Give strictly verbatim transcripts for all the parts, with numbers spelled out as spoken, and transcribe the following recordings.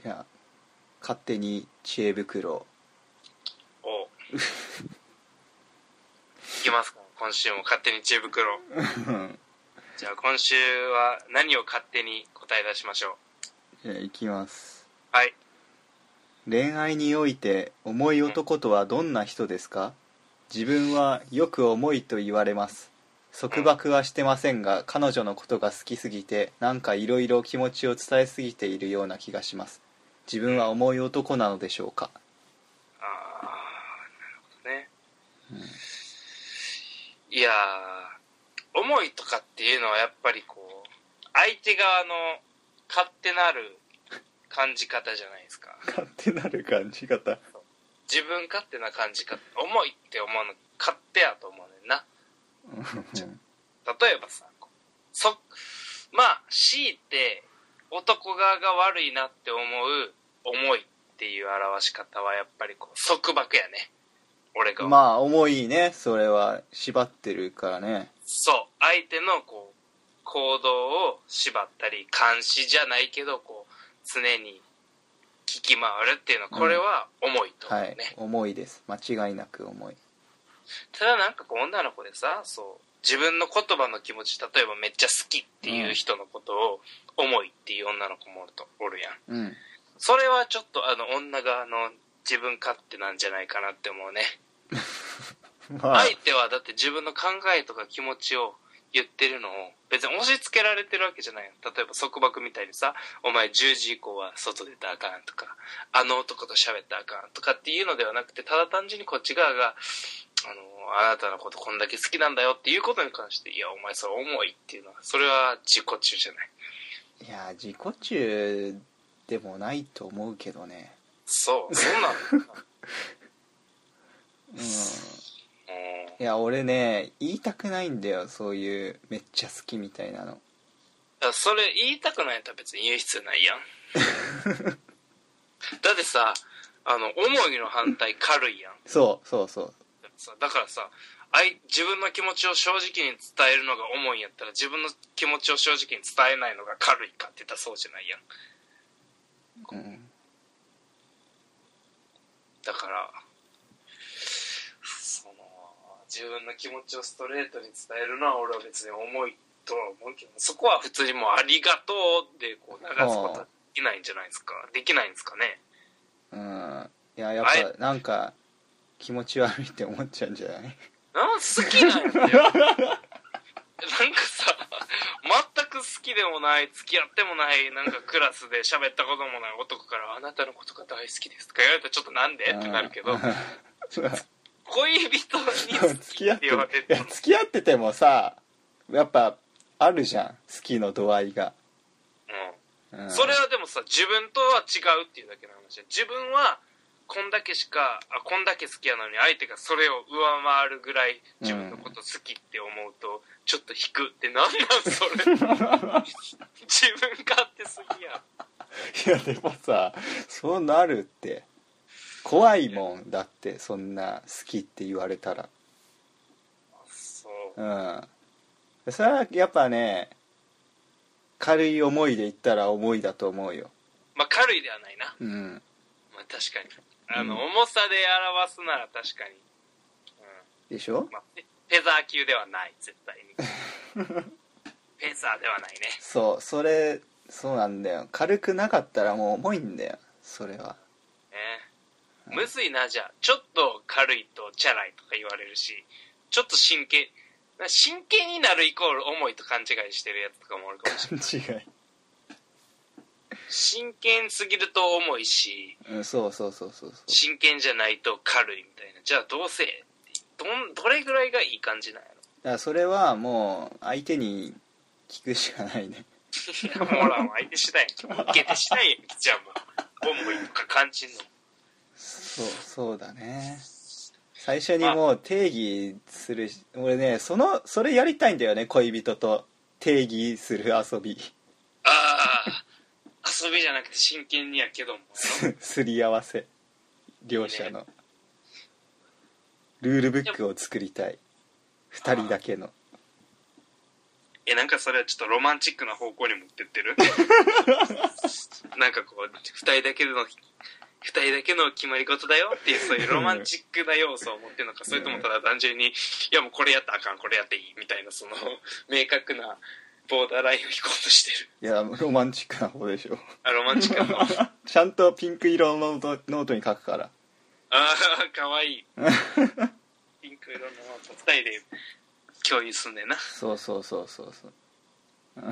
いや勝手に知恵袋おいきますか。今週も勝手に知恵袋じゃあ今週は何を勝手に答え出しましょう。じゃあいきます。 はい。 恋愛において重い男とはどんな人ですか？自分はよく重いと言われます。束縛はしてませんが、彼女のことが好きすぎてなんかいろいろ気持ちを伝えすぎているような気がします。自分は重い男なのでしょうか？ ああ、なるほどね、 うん、 いやー、重いとかっていうのはやっぱりこう相手側の勝手なる感じ方じゃないですか。 勝手なる感じ方。 自分勝手な感じ方。重いって思うの勝手やと思うねんな。例えばさ、そまあ強いて男側が悪いなって思う重いっていう表し方はやっぱりこう束縛やね。俺がまあ重いね。それは縛ってるからね。 そう、相手のこう行動を縛ったり監視じゃないけどこう常に聞き回るっていうのはこれは重いと思うね、 うん、はい、重いです。間違いなく重い。 ただなんかこう女の子でさ、そう自分の言葉の気持ち、例えばめっちゃ好きっていう人のことを重いっていう女の子もおるとおるやん、 うん、 それはちょっとあの女側の自分勝手なんじゃないかなって思うねまあ、相手はだって自分の考えとか気持ちを言ってるのを別に押し付けられてるわけじゃない。例えば束縛みたいにさ、お前じゅうじ以降は外出たらあかんとか、あの男と喋ったらあかんとかっていうのではなくて、ただ単純にこっち側があのあなたのことこんだけ好きなんだよっていうことに関して、いやお前それ重いっていうのはそれは自己中じゃない。 いや自己中でもないと思うけどね。 そう、そうなのうん、いや俺ね言いたくないんだよ、そういうめっちゃ好きみたいなの。 それ言いたくないんだったら別に言う必要ないやんだってさ、あの重いの反対軽いやん。 そうそうそう。 だからさ、あい自分の気持ちを正直に伝えるのが重いんやったら自分の気持ちを正直に伝えないのが軽いかって言ったらそうじゃないやん、うん、だからその自分の気持ちをストレートに伝えるのは俺は別に重いとは思うけど、そこは普通にもうありがとうでこう流すことはできないんじゃないですか。できないんですかね。 うん、いややっぱなんか気持ち悪いって思っちゃうんじゃない？ なん好きなんだよなんかさ、全く好きでもない、付き合ってもない、なんかクラスで喋ったこともない男からあなたのことが大好きですとか言われたらちょっとなんでってなるけど恋人に付き合っていや付き合っててもさ、やっぱあるじゃん、好きの度合いが、 うんうん、それはでもさ自分とは違うっていうだけの話で、自分はこんだけしかあこんだけ好きやのに相手がそれを上回るぐらい自分のこと好きって思うと、うん、ちょっと引くってなんなんそれ自分勝手すぎや。 いやでもさそうなるって怖いもんだって、そんな好きって言われたら。 そう、 うんそれはやっぱね軽い思いで言ったら重いだと思うよ。 まあ軽いではないな。 うん。 まあ確かにあの、うん、重さで表すなら確かに、 うん、でしょ、 まあ、フェザー級ではない絶対にフェザーではないね。 そうそれそうなんだよ。軽くなかったらもう重いんだよそれはね。むずいな。じゃあちょっと軽いとチャラいとか言われるし、ちょっと真剣真剣になるイコール重いと勘違いしてるやつとかもあるかもしれない。 勘違い。 真剣すぎると重いし、 うん、そうそうそうそうそう。 真剣じゃないと軽いみたいな。じゃあどうせどんどれぐらいがいい感じなんやろ。 だからそれはもう相手に聞くしかないね。 ほら相手次第受けて次第やん。じゃあもう重いとか感じんの。 そうそうだね。最初にもう定義する。俺ねそのそれやりたいんだよね、恋人と定義する遊び。 ああ。遊びじゃなくて真剣にやけどもすり合わせ両者のいい、ね、ルールブックを作りたい。ふたりだけの。 えなんかそれはちょっとロマンチックな方向に持ってってるなんかこう二人だけの二人だけの決まり事だよっていうそういうロマンチックな要素を持ってるのかそれともただ単純にいやもうこれやったらあかんこれやっていいみたいなその明確なボーダーラインを引こうとしてる。 いやロマンチックな方でしょ。 あロマンチックな方ちゃんとピンク色のノート、ノートに書くから。 ああかわいいピンク色のノートふたりで共有すんねんな。 そうそうそうそうそうま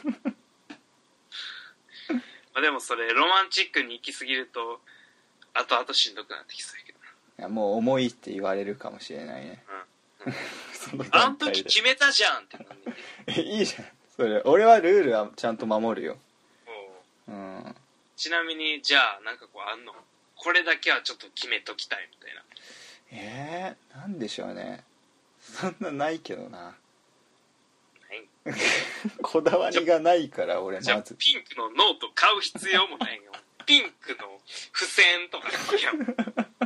あでもそれロマンチックに行き過ぎると後々しんどくなってきそうやけどな。 いやもう重いって言われるかもしれないね、 うんうん、 そのあん時決めたじゃんってなんねんでえいいじゃんそれ。俺はルールはちゃんと守るよ。 おう、 うん、 ちなみにじゃあなんかこうあんのこれだけはちょっと決めときたいみたいな。 えー、なんでしょうね。そんなないけどなこだわりがないから俺まず。 じゃあピンクのノート買う必要もないよピンクの付箋とかいや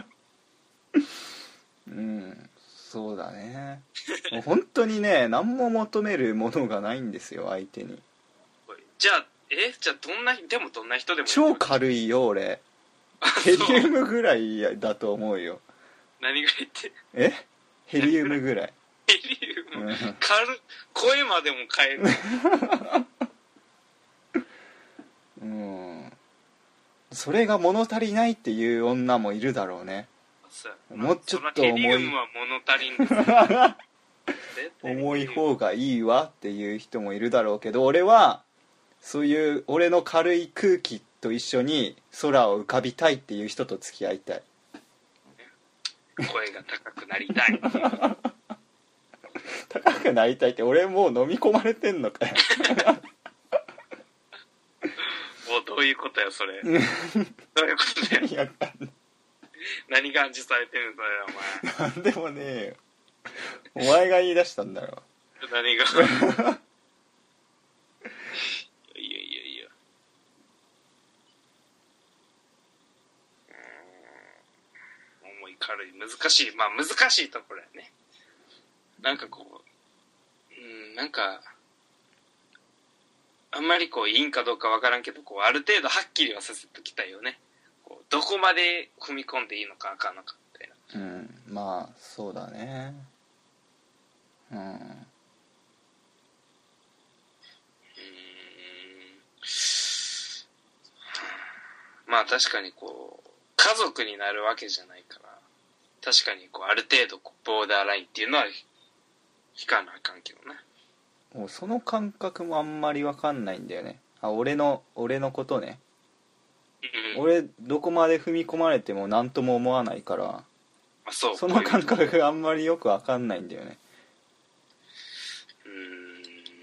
うんそうだね。もう本当にね何も求めるものがないんですよ相手に。 じゃあえじゃあどんなでもどんな人でも超軽いよ俺。ヘリウムぐらいだと思うよ。 何ぐらいってえヘリウムぐらい。 ヘリウム、うん、軽声までも変えるうんそれが物足りないっていう女もいるだろうね。もうちょっと重いヘリウムは物足りんです重い方がいいわっていう人もいるだろうけど俺はそういう俺の軽い空気と一緒に空を浮かびたいっていう人と付き合いたい。 声が高くなりたい高くなりたいって俺もう飲み込まれてんのかよおどういうことやそれどういうことやいや何が暗示されてるんだよお前。なんでもねえよお前が言い出したんだろ何がいやいやいやうーん重い軽い難しいまあ難しいところやね。なんかこううんなんかあんまりこういいんかどうかわからんけどこうある程度はっきりはさせときたいよね。こうどこまで踏み込んでいいのかあかんのかみたいな。 うんまあそうだね。うんうんまあ確かにこう家族になるわけじゃないから確かにこうある程度こうボーダーラインっていうのは引かなあかんけどね。 もうその感覚もあんまり分かんないんだよね。あ俺の俺のことね、うん、俺どこまで踏み込まれても何とも思わないからあそう、 その感覚があんまりよく分かんないんだよね。 うーん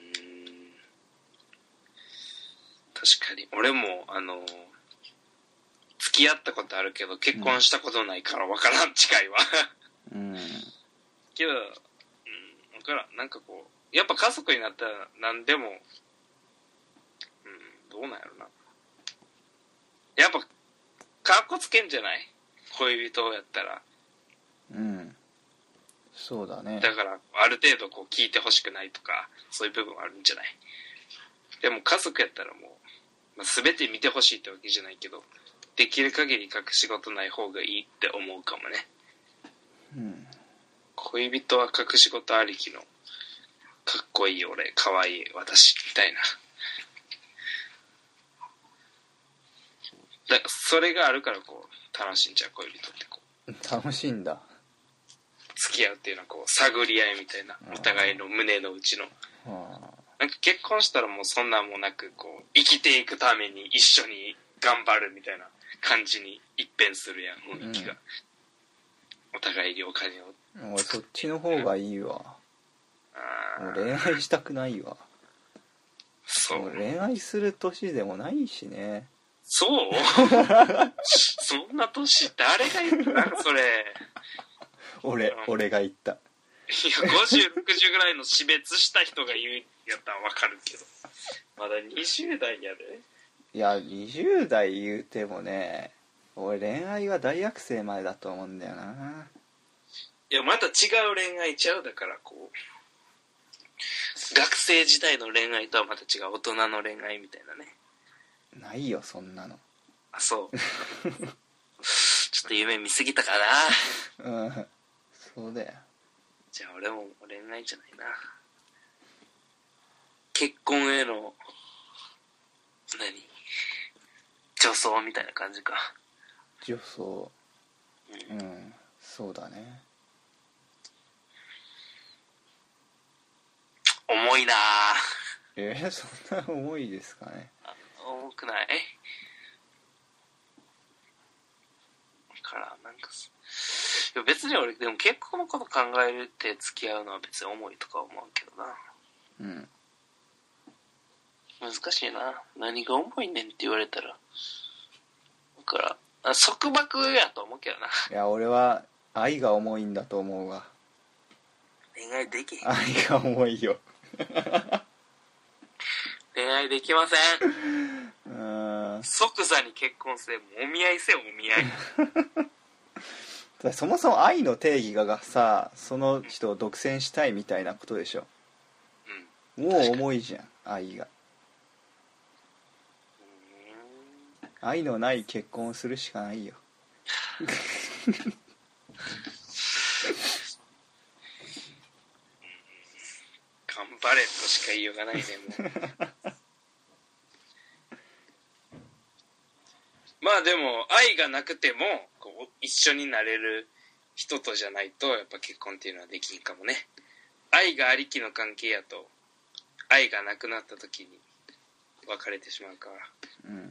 確かに俺もあの付き合ったことあるけど結婚したことないから分からん、違いはうんけど、うん、分からんなんかこうやっぱ家族になったら何でも、うん、どうなんやろな。やっぱカッコつけんじゃない恋人やったら。 うんそうだね。 だからある程度こう聞いてほしくないとかそういう部分はあるんじゃない。でも家族やったらもう、まあ、全て見てほしいってわけじゃないけどできる限り隠し事ない方がいいって思うかもね。 うん恋人は隠し事ありきのかっこいい俺かわいい私みたいなだそれがあるからこう楽しんじゃう恋人ってこう楽しいんだ。 付き合うっていうのはこう探り合いみたいなお互いの胸の内のなんか結婚したらもうそんなんもなくこう生きていくために一緒に頑張るみたいな感じに一変するやん雰囲気が、うん、お互いにお金を俺そっちの方がいいわ。もう恋愛したくないわ。 そう恋愛する年でもないしね。 そうそんな年誰が言ったのそれ俺、うん、俺が言った。いやごじゅうろくじゅうぐらいの死別した人が言うやったら分かるけどまだにじゅう代やで。 いやにじゅう代言うてもね俺恋愛は大学生までだと思うんだよな。 いやまた違う恋愛ちゃうだからこう学生時代の恋愛とはまた違う大人の恋愛みたいなね。 ないよそんなの。 あ、そうちょっと夢見すぎたかな。 うんそうだよ。 じゃあ俺も恋愛じゃないな。結婚への何助走みたいな感じか。 女装。 うん、 うん、そうだね。 重いな。 えー、そんな重いですかね。 重くない？だからなんかいや別に俺でも結婚のこと考えて付き合うのは別に重いとか思うけどな。 うん難しいな。何が重いねんって言われたら。だから束縛やと思うけどな。 いや俺は愛が重いんだと思うわ。 恋愛できへん。 愛が重いよ恋愛できません。 うーん即座に結婚せ。お見合いせお見合いそもそも愛の定義がさ、その人を独占したいみたいなことでしょ。 うんもう重いじゃん愛が。愛のない結婚をするしかないよ頑張れとしか言いようがないねもうまあでも愛がなくてもこう一緒になれる人とじゃないとやっぱ結婚っていうのはできんかもね。愛がありきの関係やと愛がなくなった時に別れてしまうから、 うん、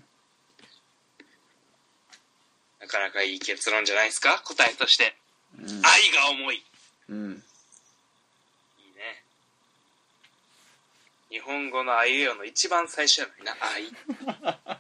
なかなかいい結論じゃないですか答えとして、うん、愛が重い、 うん、いいね。 日本語のあいうえおの一番最初やのにな愛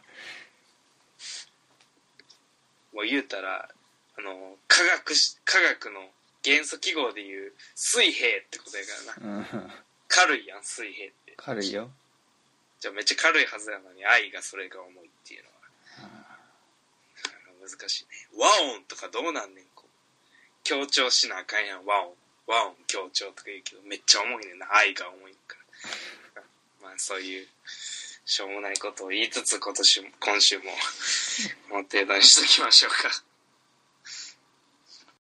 もう言うたらあの科学科学の元素記号でいう水平ってことやからな、うん、軽いやん水平って軽いよ。 じゃあめっちゃ軽いはずやのに愛がそれが重いっていうのは、うん、難しいね。和音とかどうなんねんこう強調しなあかんやん和音和音強調とか言うけどめっちゃ重いねんな愛が重いからまあそういうしょうもないことを言いつつ今年も今週ももう定談しときましょうか